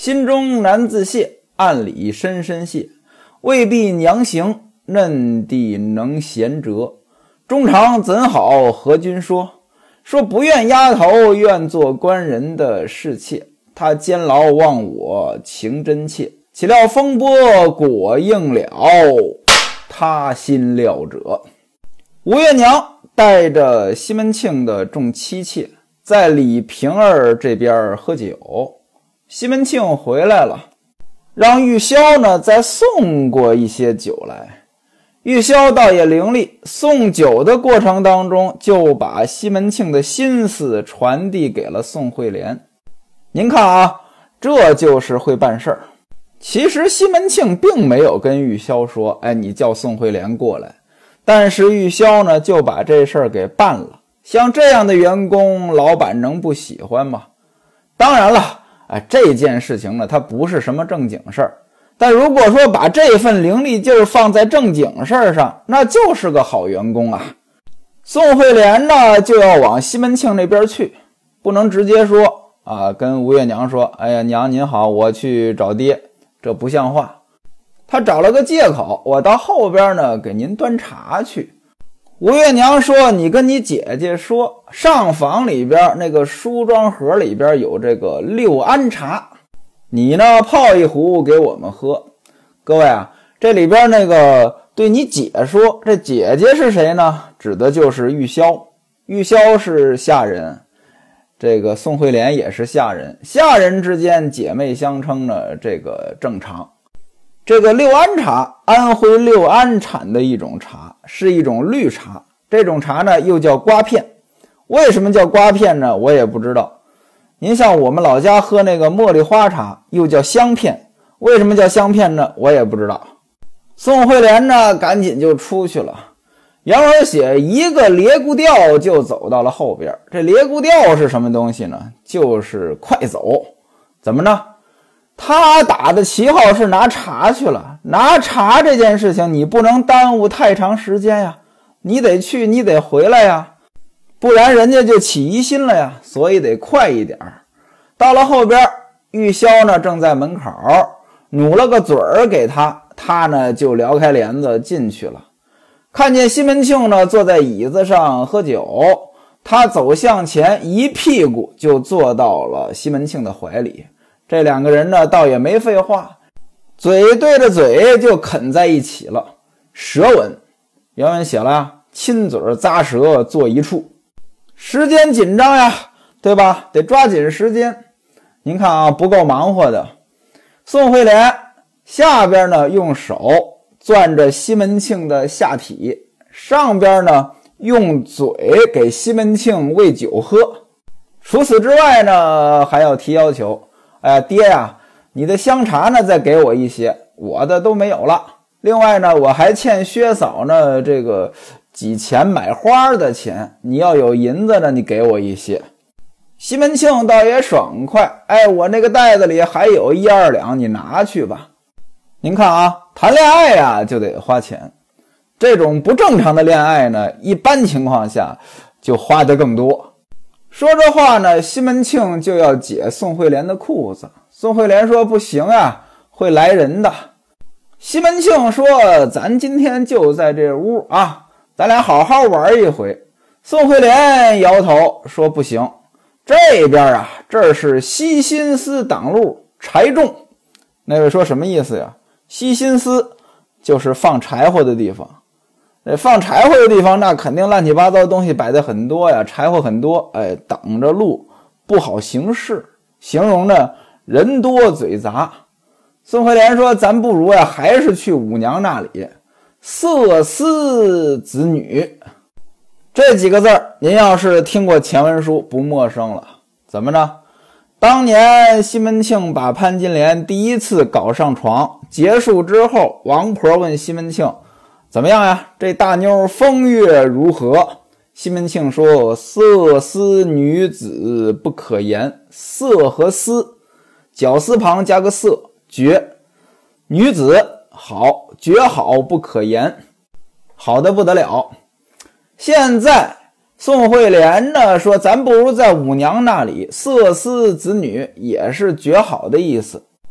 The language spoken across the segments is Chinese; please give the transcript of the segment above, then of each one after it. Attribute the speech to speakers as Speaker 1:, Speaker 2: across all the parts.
Speaker 1: 心中难自泄，暗里深深谢。未必娘行，嫩弟能贤折。衷肠怎好和君说？说不愿丫头，愿做官人的侍妾。他监牢忘我情真切，岂料风波果应了他心料者。吴月娘带着西门庆的众妻妾在李瓶儿这边喝酒。西门庆回来了，让玉箫呢再送过一些酒来。玉箫倒也伶俐，送酒的过程当中就把西门庆的心思传递给了宋惠莲。您看啊，这就是会办事儿。其实西门庆并没有跟玉箫说，你叫宋惠莲过来，但是玉箫呢就把这事儿给办了。像这样的员工，老板能不喜欢吗？当然了，这件事情呢它不是什么正经事儿，但如果说把这份伶俐劲儿放在正经事儿上，那就是个好员工啊。宋惠莲呢就要往西门庆那边去，不能直接说跟吴月娘说，哎呀娘您好，我去找爹，这不像话。他找了个借口，我到后边呢给您端茶去。吴月娘说，你跟你姐姐说，上房里边那个梳妆盒里边有这个六安茶，你呢泡一壶给我们喝。各位啊，这里边那个对你姐说，这姐姐是谁呢？指的就是玉箫。玉箫是下人，这个宋惠莲也是下人，下人之间姐妹相称呢，这个正常。这个六安茶，安徽六安产的一种茶，是一种绿茶。这种茶呢又叫瓜片。为什么叫瓜片呢？我也不知道。您像我们老家喝那个茉莉花茶，又叫香片。为什么叫香片呢？我也不知道。宋惠莲呢赶紧就出去了。杨文写一个咧咕调就走到了后边。这咧咕调是什么东西呢？就是快走。怎么呢？他打的旗号是拿茶去了，拿茶这件事情你不能耽误太长时间呀，你得去，你得回来呀，不然人家就起疑心了呀，所以得快一点。到了后边，玉箫呢正在门口努了个嘴儿给他，他呢就撩开帘子进去了。看见西门庆呢坐在椅子上喝酒，他走向前，一屁股就坐到了西门庆的怀里。这两个人呢倒也没废话，嘴对着嘴就啃在一起了。舌吻，原文写了亲嘴咂舌坐一处。时间紧张呀，对吧？得抓紧时间。您看啊，不够忙活的。宋惠莲下边呢用手攥着西门庆的下体，上边呢用嘴给西门庆喂酒喝。除此之外呢还要提要求，爹呀，你的香茶呢再给我一些，我的都没有了。另外呢我还欠薛嫂呢这个几钱买花的钱，你要有银子呢你给我一些。西门庆倒也爽快，我那个袋子里还有1-2两，你拿去吧。您看啊，谈恋爱呀就得花钱，这种不正常的恋爱呢一般情况下就花得更多。说这话呢，西门庆就要解宋惠莲的裤子。宋惠莲说不行啊，会来人的。西门庆说咱今天就在这屋啊，咱俩好好玩一回。宋惠莲摇头说不行，这边啊，这是西新司党路柴种。那位说什么意思呀？西新司就是放柴火的地方。放柴火的地方那肯定乱七八糟的东西摆的很多呀，柴火很多，挡着路不好行事，形容呢人多嘴杂。宋惠莲说咱不如呀还是去五娘那里，色思子女。这几个字您要是听过前文书不陌生了。怎么呢？当年西门庆把潘金莲第一次搞上床结束之后，王婆问西门庆怎么样呀？这大妞风月如何？西门庆说色思女子不可言。色和思，绞丝旁加个色，绝。女子好，绝好不可言，好的不得了。现在宋惠莲呢说咱不如在五娘那里，色思子女也是绝好的意思。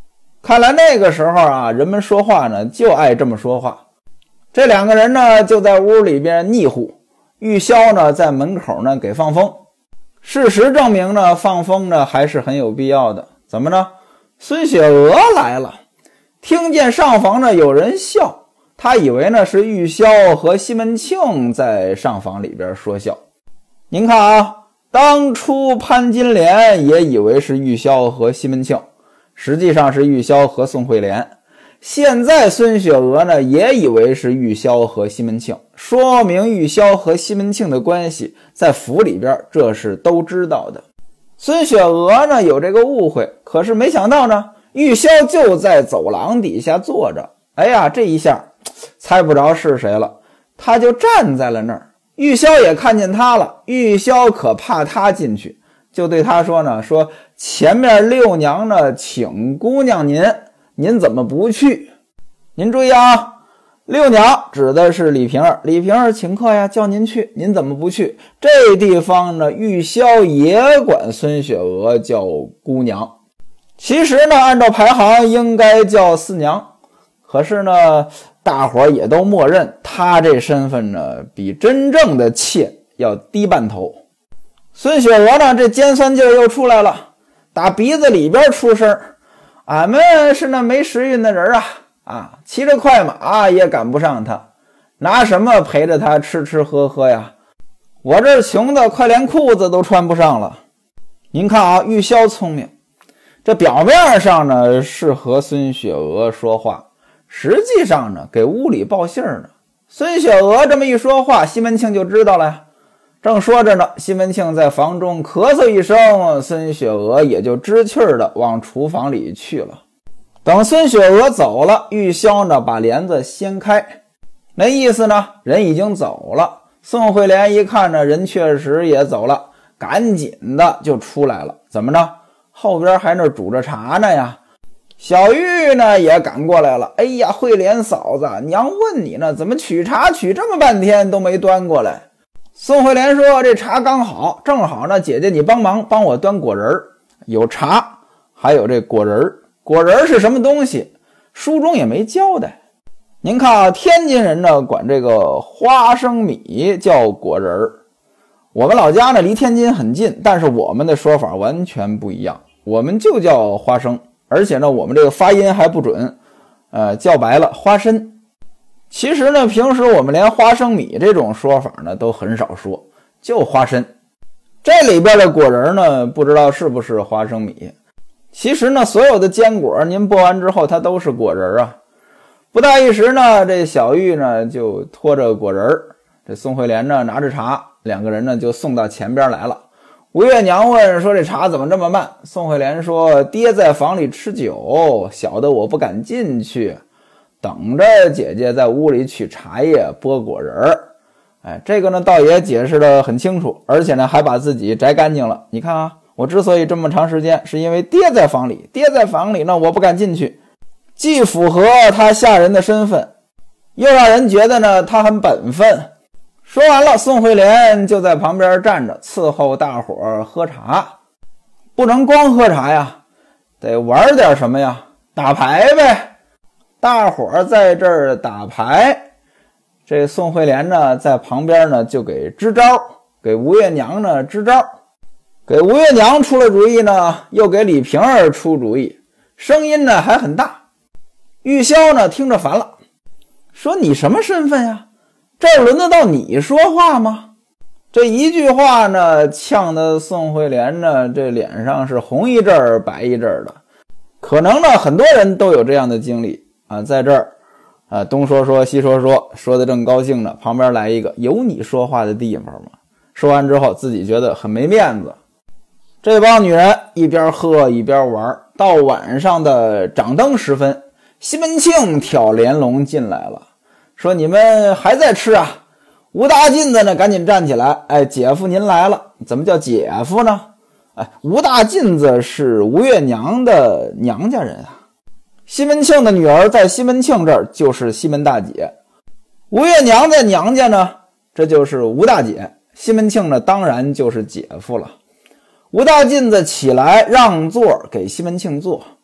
Speaker 1: 看来那个时候啊，人们说话呢就爱这么说话。这两个人呢就在屋里边腻呼，玉箫呢在门口呢给放风。事实证明呢，放风呢还是很有必要的。怎么呢？孙雪娥来了，听见上房呢有人笑，他以为呢是玉箫和西门庆在上房里边说笑。您看啊，当初潘金莲也以为是玉箫和西门庆，实际上是玉箫和宋惠莲。现在孙雪娥呢也以为是玉箫和西门庆，说明玉箫和西门庆的关系在府里边这是都知道的。孙雪娥呢有这个误会，可是没想到呢，玉箫就在走廊底下坐着。哎呀，这一下猜不着是谁了，他就站在了那儿。玉箫也看见他了，玉箫可怕他进去，就对他说呢，说前面六娘呢请姑娘您怎么不去？您注意啊，六娘指的是李瓶儿，李瓶儿请客呀，叫您去，您怎么不去？这地方呢，玉箫也管孙雪娥叫姑娘。其实呢，按照排行应该叫四娘，可是呢，大伙儿也都默认她这身份呢，比真正的妾要低半头。孙雪娥呢，这尖酸劲儿又出来了，打鼻子里边出声，俺们是那没时运的人啊，骑着快马也赶不上他，拿什么陪着他吃吃喝喝呀？我这穷的快连裤子都穿不上了。您看啊，玉箫聪明，这表面上呢是和孙雪娥说话，实际上呢给屋里报信呢。孙雪娥这么一说话，西门庆就知道了呀。正说着呢，西门庆在房中咳嗽一声，孙雪娥也就知趣儿的往厨房里去了。等孙雪娥走了，玉箫呢把帘子掀开，那意思呢人已经走了。宋惠莲一看呢人确实也走了，赶紧的就出来了。怎么着？后边还那煮着茶呢呀。小玉呢也赶过来了，哎呀，惠莲嫂子，娘问你呢，怎么取茶取这么半天都没端过来？宋惠莲说，这茶刚好，正好呢姐姐你帮忙帮我端果仁儿，有茶还有这果仁儿。果仁是什么东西？书中也没交代。您看啊，天津人呢管这个花生米叫果仁儿。我们老家呢离天津很近，但是我们的说法完全不一样，我们就叫花生，而且呢我们这个发音还不准，叫白了花参。其实呢平时我们连花生米这种说法呢都很少说，就花参。这里边的果仁呢不知道是不是花生米。其实呢所有的坚果您剥完之后它都是果仁啊。不大一时呢，这小玉呢就拖着果仁，这宋惠莲呢拿着茶，两个人呢就送到前边来了。吴月娘问说，这茶怎么这么慢？宋惠莲说，爹在房里吃酒，小的我不敢进去，等着姐姐在屋里取茶叶剥果仁。这个呢倒也解释得很清楚，而且呢还把自己摘干净了。你看啊，我之所以这么长时间，是因为爹在房里，爹在房里呢我不敢进去，既符合他下人的身份，又让人觉得呢他很本分。说完了，宋惠莲就在旁边站着伺候大伙儿喝茶。不能光喝茶呀，得玩点什么呀？打牌呗。大伙儿在这儿打牌，这宋惠莲呢在旁边呢就给支招，给吴月娘呢支招，给吴月娘出了主意呢，又给李瓶儿出主意，声音呢还很大。玉箫呢听着烦了，说你什么身份呀？这儿轮得到你说话吗？这一句话呢呛得宋惠莲呢这脸上是红一阵儿白一阵儿的。可能呢很多人都有这样的经历啊，在这儿东说说西说说，说得正高兴呢，旁边来一个有你说话的地方吗？说完之后自己觉得很没面子。这帮女人一边喝一边玩，到晚上的掌灯时分，西门庆挑帘笼进来了，说你们还在吃啊？吴大妗子呢赶紧站起来，姐夫您来了。怎么叫姐夫呢？吴大妗子是吴月娘的娘家人啊。西门庆的女儿在西门庆这儿就是西门大姐，吴月娘在娘家呢，这就是吴大姐，西门庆呢当然就是姐夫了。吴大妗子起来让座给西门庆坐，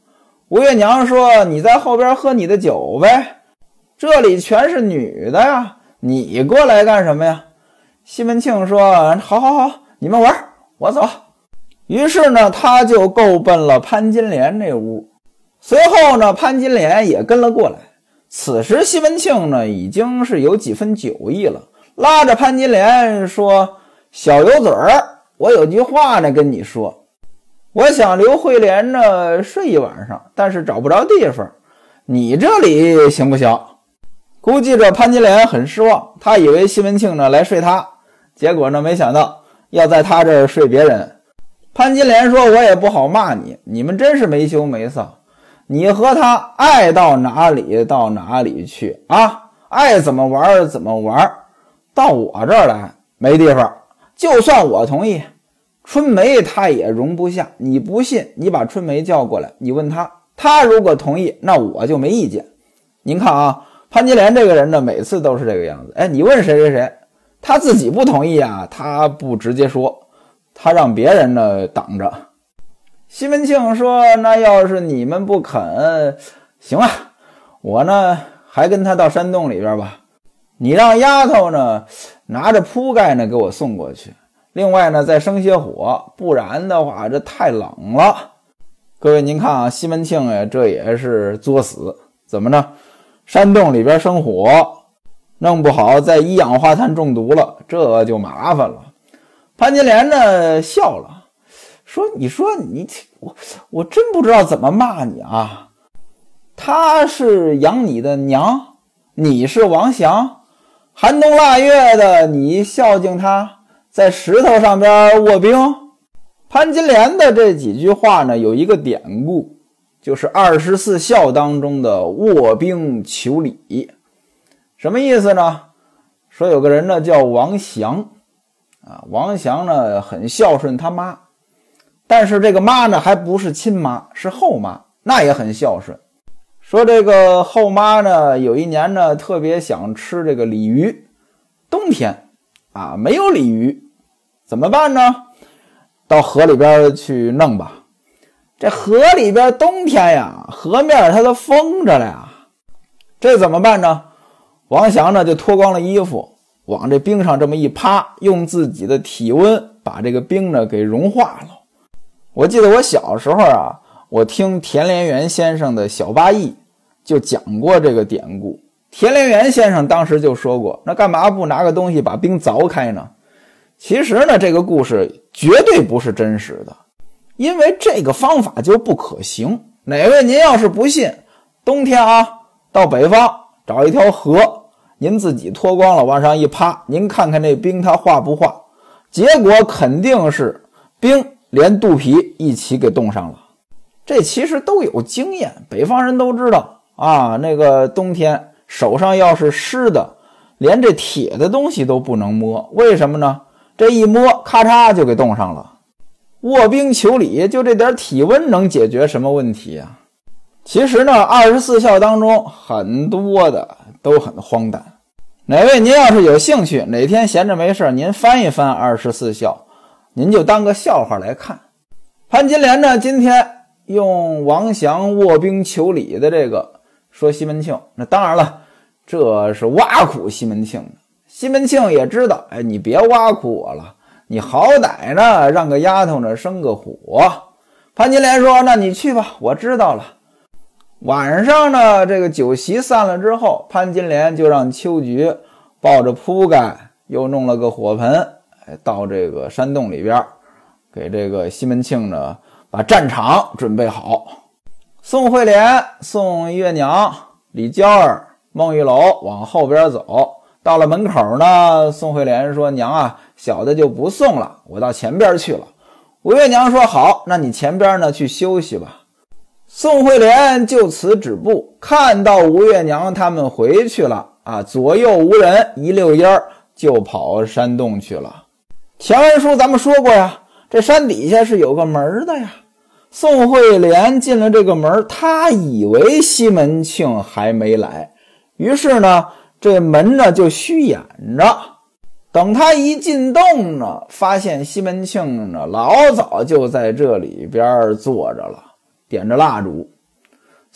Speaker 1: 吴月娘说：“你在后边喝你的酒呗，这里全是女的呀，你过来干什么呀？”西门庆说：“好好好，你们玩，我走。”于是呢，他就够奔了潘金莲那屋。随后呢，潘金莲也跟了过来。此时西门庆呢，已经是有几分酒意了，拉着潘金莲说：“小油嘴儿，我有句话呢跟你说。我想留慧莲呢睡一晚上，但是找不着地方，你这里行不行？”估计着潘金莲很失望，他以为西门庆呢来睡他，结果呢没想到要在他这儿睡别人。潘金莲说：“我也不好骂你，你们真是没羞没臊，你和他爱到哪里到哪里去啊，爱怎么玩怎么玩，到我这儿来没地方。就算我同意，春梅她也容不下，你不信你把春梅叫过来，你问她，她如果同意，那我就没意见。”您看啊，潘金莲这个人呢，每次都是这个样子。哎，你问谁谁谁，他自己不同意啊，他不直接说，他让别人呢挡着。西门庆说：“那要是你们不肯，行啊，我呢还跟他到山洞里边吧。你让丫头呢拿着铺盖呢给我送过去，另外呢再生些火，不然的话这太冷了。”各位您看啊，西门庆呀，这也是作死。怎么呢？山洞里边生火，弄不好在一氧化碳中毒了，这就麻烦了。潘金莲呢笑了，说：“你说你我真不知道怎么骂你啊。他是养你的娘，你是王祥，寒冬腊月的你孝敬他，在石头上边卧冰。”潘金莲的这几句话呢，有一个典故，就是24孝当中的卧冰求鲤。什么意思呢？说有个人呢叫王祥啊，王祥呢很孝顺他妈，但是这个妈呢还不是亲妈，是后妈，那也很孝顺。说这个后妈呢有一年呢特别想吃这个鲤鱼，冬天啊没有鲤鱼，怎么办呢？到河里边去弄吧。这河里边冬天呀，河面它都封着了呀，这怎么办呢？王祥呢就脱光了衣服，往这冰上这么一趴，用自己的体温把这个冰呢给融化了。我记得我小时候啊，我听田连元先生的小八义就讲过这个典故。田连元先生当时就说过，那干嘛不拿个东西把冰凿开呢？其实呢，这个故事绝对不是真实的，因为这个方法就不可行。哪位您要是不信，冬天啊，到北方找一条河，您自己脱光了往上一趴，您看看那冰它化不化，结果肯定是冰连肚皮一起给冻上了。这其实都有经验，北方人都知道啊，那个冬天手上要是湿的，连这铁的东西都不能摸，为什么呢？这一摸咔嚓就给冻上了。卧冰求鲤，就这点体温能解决什么问题啊？其实呢，24孝当中很多的都很荒诞。哪位您要是有兴趣，哪天闲着没事您翻一翻24孝，您就当个笑话来看。潘金莲呢今天用王祥卧冰求鲤的这个说西门庆，那当然了，这是挖苦西门庆的。西门庆也知道，哎，你别挖苦我了，你好歹呢让个丫头呢生个火。潘金莲说：“那你去吧，我知道了。”晚上呢，这个酒席散了之后，潘金莲就让秋菊抱着铺盖，又弄了个火盆，到这个山洞里边，给这个西门庆呢把战场准备好。宋惠莲、宋月娘、李娇儿、孟玉楼往后边走。到了门口呢，宋惠莲说：“娘啊，小的就不送了，我到前边去了。”吴月娘说：“好，那你前边呢去休息吧。”宋惠莲就此止步，看到吴月娘他们回去了啊，左右无人，一溜烟就跑山洞去了。前文书咱们说过呀，这山底下是有个门的呀。宋惠莲进了这个门，她以为西门庆还没来，于是呢这门呢就虚掩着。等他一进洞呢，发现西门庆呢老早就在这里边坐着了，点着蜡烛。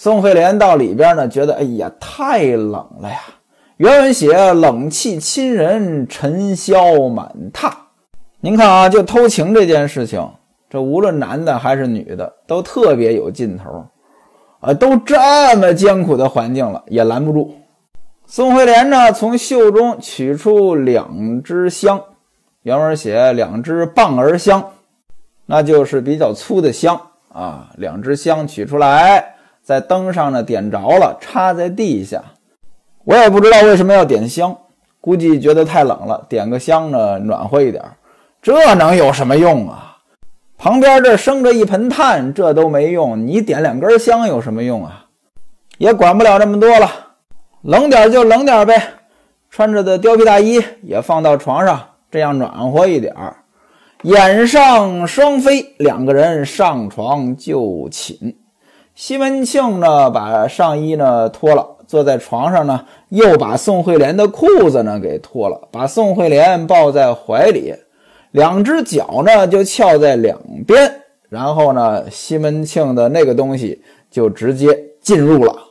Speaker 1: 宋惠莲到里边呢，觉得哎呀太冷了呀。原文写冷气侵人，尘嚣满榻。您看啊，就偷情这件事情，这无论男的还是女的都特别有劲头都这么艰苦的环境了也拦不住。宋惠莲呢，从袖中取出2支香，原文写2支棒儿香，那就是比较粗的香啊。2支香取出来，在灯上呢点着了，插在地下。我也不知道为什么要点香，估计觉得太冷了，点个香呢暖和一点。这能有什么用啊？旁边这生着一盆炭，这都没用，你点2根香有什么用啊？也管不了这么多了，冷点就冷点呗。穿着的貂皮大衣也放到床上，这样暖和一点。眼上双飞，2个人上床就寝。西门庆呢，把上衣呢脱了，坐在床上呢，又把宋惠莲的裤子呢给脱了，把宋惠莲抱在怀里，2只脚呢就翘在两边，然后呢，西门庆的那个东西就直接进入了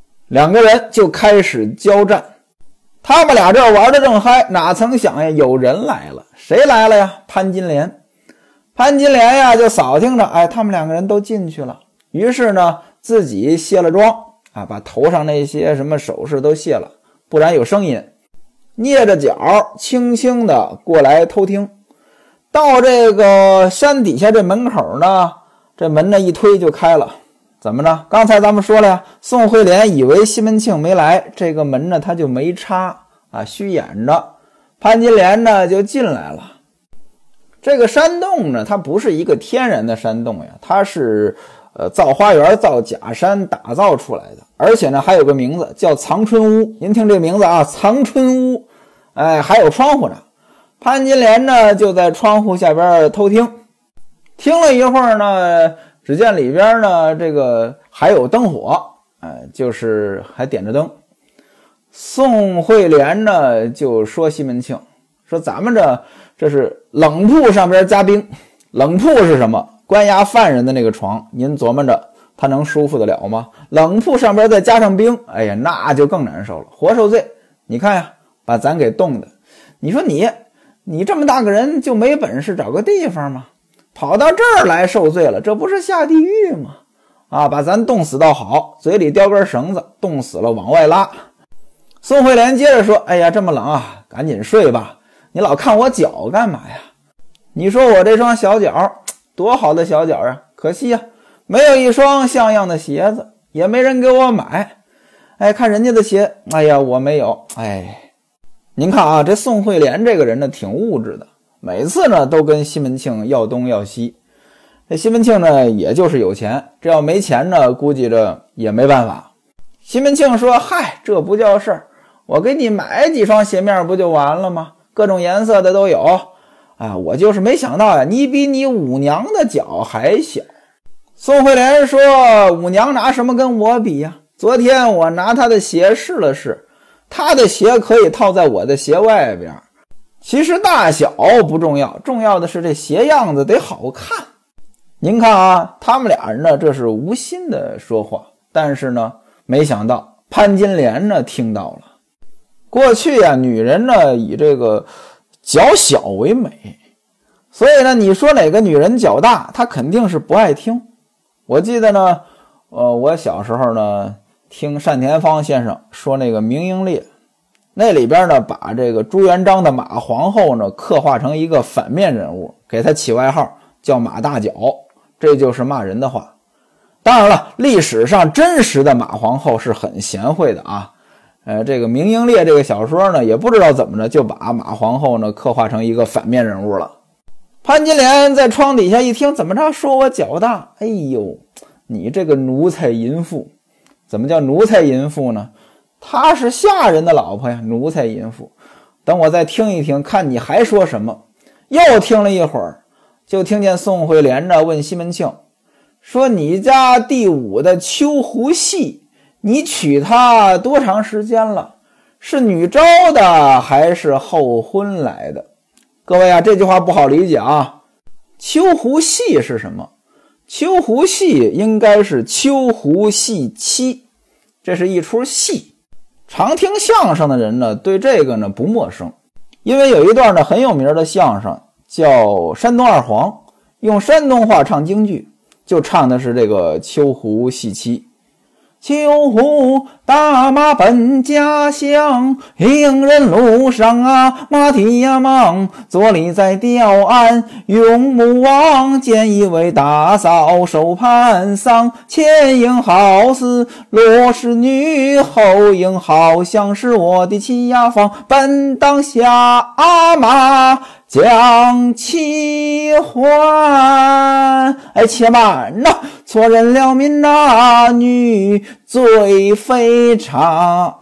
Speaker 1: ，2个人就开始交战。他们俩这玩得正嗨，哪曾想呀，有人来了。谁来了呀？潘金莲。潘金莲呀，就扫听着，他们2个人都进去了。于是呢，自己卸了妆把头上那些什么首饰都卸了，不然有声音。蹑着脚，轻轻的过来偷听。到这个山底下这门口呢，这门呢一推就开了。怎么呢？刚才咱们说了呀，宋惠莲以为西门庆没来，这个门呢他就没插虚掩着。潘金莲呢就进来了。这个山洞呢，它不是一个天然的山洞呀，它是造花园造假山打造出来的，而且呢还有个名字叫藏春屋。您听这名字啊，藏春屋，还有窗户呢。潘金莲呢就在窗户下边偷听，听了一会儿呢，只见里边呢这个还有灯火，就是还点着灯。宋惠莲呢就说西门庆，说咱们这是冷铺上边加冰。冷铺是什么？关押犯人的那个床，您琢磨着他能舒服得了吗？冷铺上边再加上冰，哎呀，那就更难受了，活受罪。你看呀，把咱给冻的。你说你这么大个人就没本事找个地方吗？跑到这儿来受罪了，这不是下地狱吗？把咱冻死倒好，嘴里叼根绳子，冻死了往外拉。宋惠莲接着说，哎呀，这么冷啊，赶紧睡吧，你老看我脚干嘛呀？你说我这双小脚多好的小脚啊，可惜啊，没有一双像样的鞋子，也没人给我买。看人家的鞋，哎呀，我没有。您看啊，这宋惠莲这个人呢挺物质的，每次呢都跟西门庆要东要西。这西门庆呢也就是有钱，这要没钱呢估计这也没办法。西门庆说，嗨，这不叫事儿，我给你买几双鞋面不就完了吗？各种颜色的都有我就是没想到呀，你比你五娘的脚还小。宋惠莲说，五娘拿什么跟我比呀？昨天我拿她的鞋试了试，她的鞋可以套在我的鞋外边。其实大小不重要，重要的是这鞋样子得好看。您看啊，他们俩人呢这是无心的说话，但是呢没想到潘金莲呢听到了。过去啊，女人呢以这个脚小为美，所以呢你说哪个女人脚大，她肯定是不爱听。我记得呢我小时候呢听单田芳先生说那个明英烈，那里边呢把这个朱元璋的马皇后呢刻画成一个反面人物，给他起外号叫马大脚，这就是骂人的话。当然了，历史上真实的马皇后是很贤惠的啊。这个明英烈这个小说呢也不知道怎么着就把马皇后呢刻画成一个反面人物了。潘金莲在窗底下一听，怎么着说我脚大？哎呦，你这个奴才淫妇。怎么叫奴才淫妇呢？她是下人的老婆呀，奴才淫妇。等我再听一听，看你还说什么。又听了一会儿，就听见宋惠莲呢问西门庆，说你家第5的秋胡戏，你娶她多长时间了？是女招的还是后婚来的？各位啊，这句话不好理解啊。秋胡戏是什么？ 秋胡戏应该是秋胡戏妻，这是一出戏。常听相声的人呢，对这个呢不陌生，因为有一段呢很有名的相声叫山东二黄，用山东话唱京剧，就唱的是这个秋胡戏妻。秋胡大马奔家乡，行人路上啊马蹄呀忙，左里在吊鞍用木王，见一位大嫂手盘桑，前迎好似罗氏女，后迎好像是我的亲丫房，本当下马将其还。且慢呐，错认了民那女罪非常。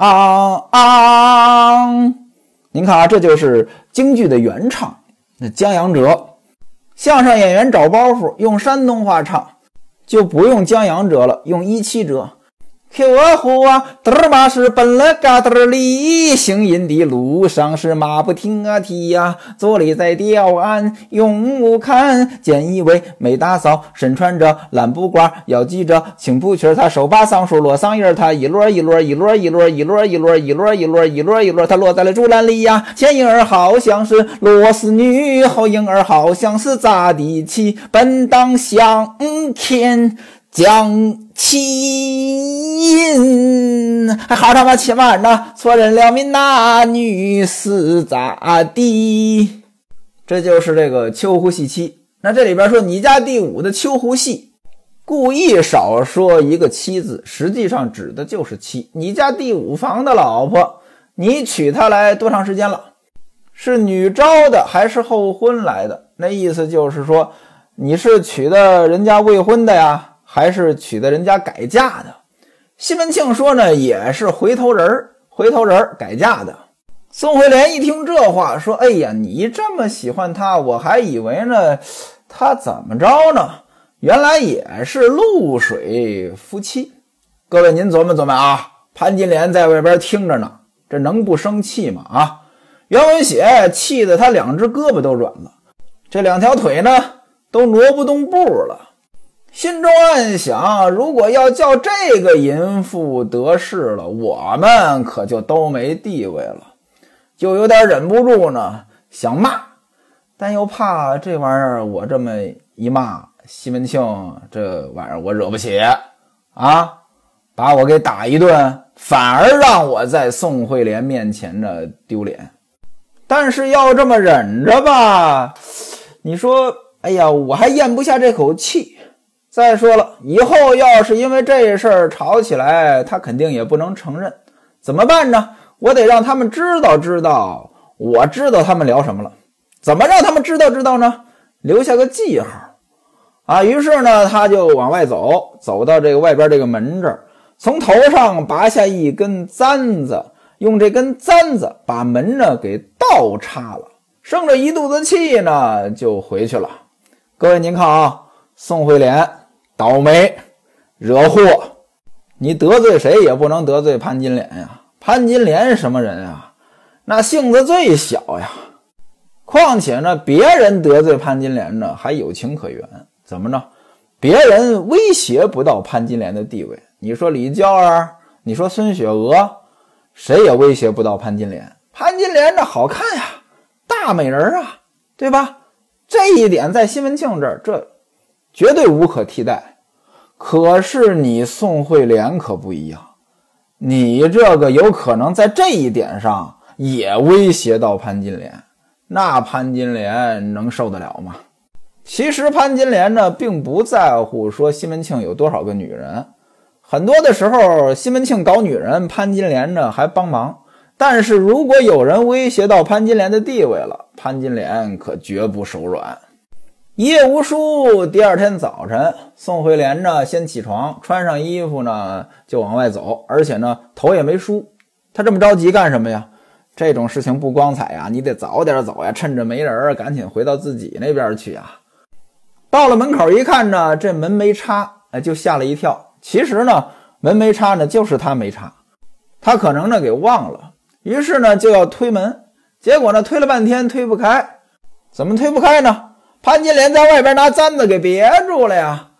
Speaker 1: 您看啊，这就是京剧的原唱，那江洋折。相声演员找包袱用山东话唱，就不用江洋折了，用17折。Q 呼啊，德马是奔了嘎德里，行引的路上是马不停啊蹄呀，左里在吊鞍用木看，见一位美大嫂身穿着蓝布褂，腰系着青布裙，她手把桑树落桑叶，她一摞一摞一摞一摞一摞一摞一摞一摞一摞一摞，她落在了竹篮里呀，前影儿好像是罗斯女，后影儿好像是咋地起，本当相天将其引，还好他妈且慢呢，错认了民那女是咋地。这就是这个秋胡戏妻。那这里边说你家第5的秋胡戏，故意少说一个妻字，实际上指的就是妻。你家第5房的老婆，你娶她来多长时间了？是女招的还是后婚来的？那意思就是说，你是娶的人家未婚的呀，还是娶的人家改嫁的？西门庆说呢，也是回头人改嫁的。宋惠莲一听这话说，哎呀，你这么喜欢他，我还以为呢他怎么着呢，原来也是露水夫妻。各位您琢磨琢磨啊，潘金莲在外边听着呢，这能不生气吗？啊，原文写气得他2只胳膊都软了，这2条腿呢都挪不动步了。心中暗想，如果要叫这个淫妇得势了，我们可就都没地位了，就有点忍不住呢想骂，但又怕这玩意儿我这么一骂，西门庆这玩意儿我惹不起啊，把我给打一顿，反而让我在宋惠莲面前呢丢脸。但是要这么忍着吧，你说哎呀，我还咽不下这口气。再说了，以后要是因为这事儿吵起来，他肯定也不能承认，怎么办呢？我得让他们知道我知道他们聊什么了。怎么让他们知道呢？留下个记号啊。于是呢，他就往外走，走到这个外边这个门这儿，从头上拔下一根簪子，用这根簪子把门呢给倒插了，生着一肚子气呢就回去了。各位您看啊，宋惠莲倒霉惹祸，你得罪谁也不能得罪潘金莲呀。潘金莲什么人啊？那性子最小呀。况且呢，别人得罪潘金莲呢还有情可原，怎么呢？别人威胁不到潘金莲的地位。你说李娇儿，你说孙雪娥，谁也威胁不到潘金莲。潘金莲这好看呀，大美人啊，对吧？这一点在西门庆这儿，这绝对无可替代。可是你宋惠莲可不一样，你这个有可能在这一点上也威胁到潘金莲，那潘金莲能受得了吗？其实潘金莲呢并不在乎说西门庆有多少个女人，很多的时候西门庆搞女人，潘金莲呢还帮忙。但是如果有人威胁到潘金莲的地位了，潘金莲可绝不手软。一夜无书，第二天早晨，宋惠莲呢先起床，穿上衣服呢就往外走，而且呢头也没梳。他这么着急干什么呀？这种事情不光彩呀，你得早点走呀，趁着没人赶紧回到自己那边去呀。到了门口一看呢，这门没插，就吓了一跳。其实呢门没插呢就是他没插，他可能呢给忘了，于是呢就要推门，结果呢推了半天推不开。怎么推不开呢？潘金莲在外边拿簪子给别住了呀。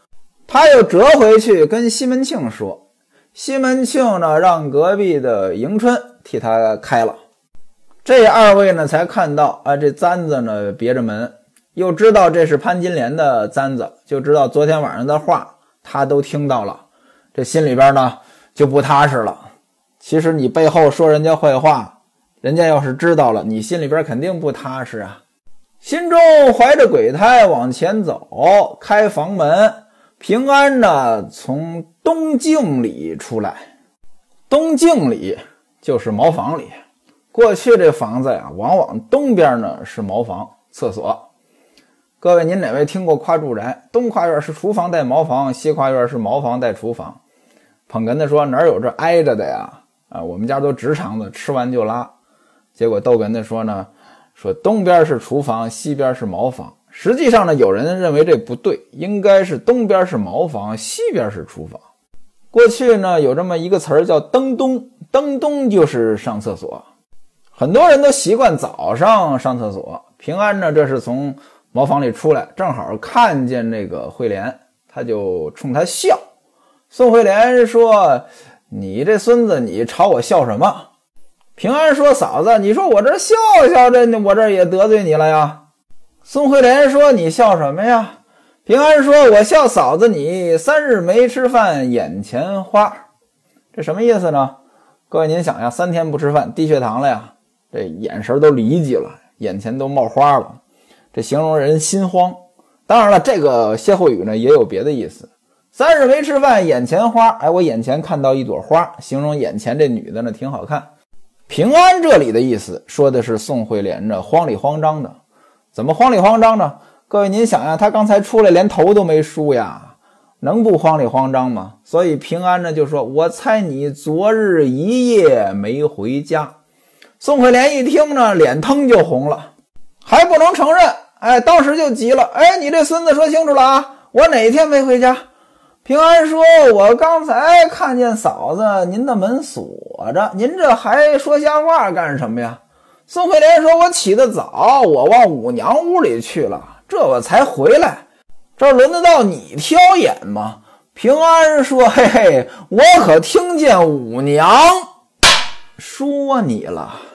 Speaker 1: 他又折回去跟西门庆说，西门庆呢让隔壁的迎春替他开了。这二位呢才看到这簪子呢别着门，又知道这是潘金莲的簪子，就知道昨天晚上的话他都听到了，这心里边呢就不踏实了。其实你背后说人家坏话，人家要是知道了，你心里边肯定不踏实啊。心中怀着鬼胎往前走，开房门，平安呢从东镜里出来。东镜里就是茅房里，过去这房子呀，往往东边呢是茅房厕所。各位您哪位听过夸住宅？东跨院是厨房带茅房，西跨院是茅房带厨房。捧哏的说哪有这挨着的呀？我们家都直肠子，吃完就拉。结果逗哏的说呢，说东边是厨房，西边是茅房。实际上呢，有人认为这不对，应该是东边是茅房，西边是厨房。过去呢有这么一个词儿叫登东，登东就是上厕所。很多人都习惯早上上厕所。平安呢这是从茅房里出来，正好看见那个慧莲，他就冲他笑。宋慧莲说，你这孙子你朝我笑什么？平安说，嫂子你说我这笑笑，我这也得罪你了呀。宋慧莲说，你笑什么呀？平安说，我笑嫂子你3日没吃饭眼前花。这什么意思呢？各位您想呀，3天不吃饭低血糖了呀，这眼神都离迹了，眼前都冒花了，这形容人心慌。当然了，这个歇后语呢也有别的意思。3日没吃饭眼前花，我眼前看到一朵花，形容眼前这女的呢挺好看。平安这里的意思说的是宋慧莲这慌里慌张的。怎么慌里慌张呢？各位您想呀，他刚才出来连头都没梳呀，能不慌里慌张吗？所以平安呢就说，我猜你昨日一夜没回家。宋慧莲一听呢，脸腾就红了，还不能承认，当时就急了，你这孙子说清楚了啊，我哪天没回家？平安说，我刚才看见嫂子您的门锁着，您这还说瞎话干什么呀？宋慧莲说，我起得早，我往五娘屋里去了，这我才回来，这轮得到你挑眼吗？平安说，嘿嘿，我可听见五娘说你了。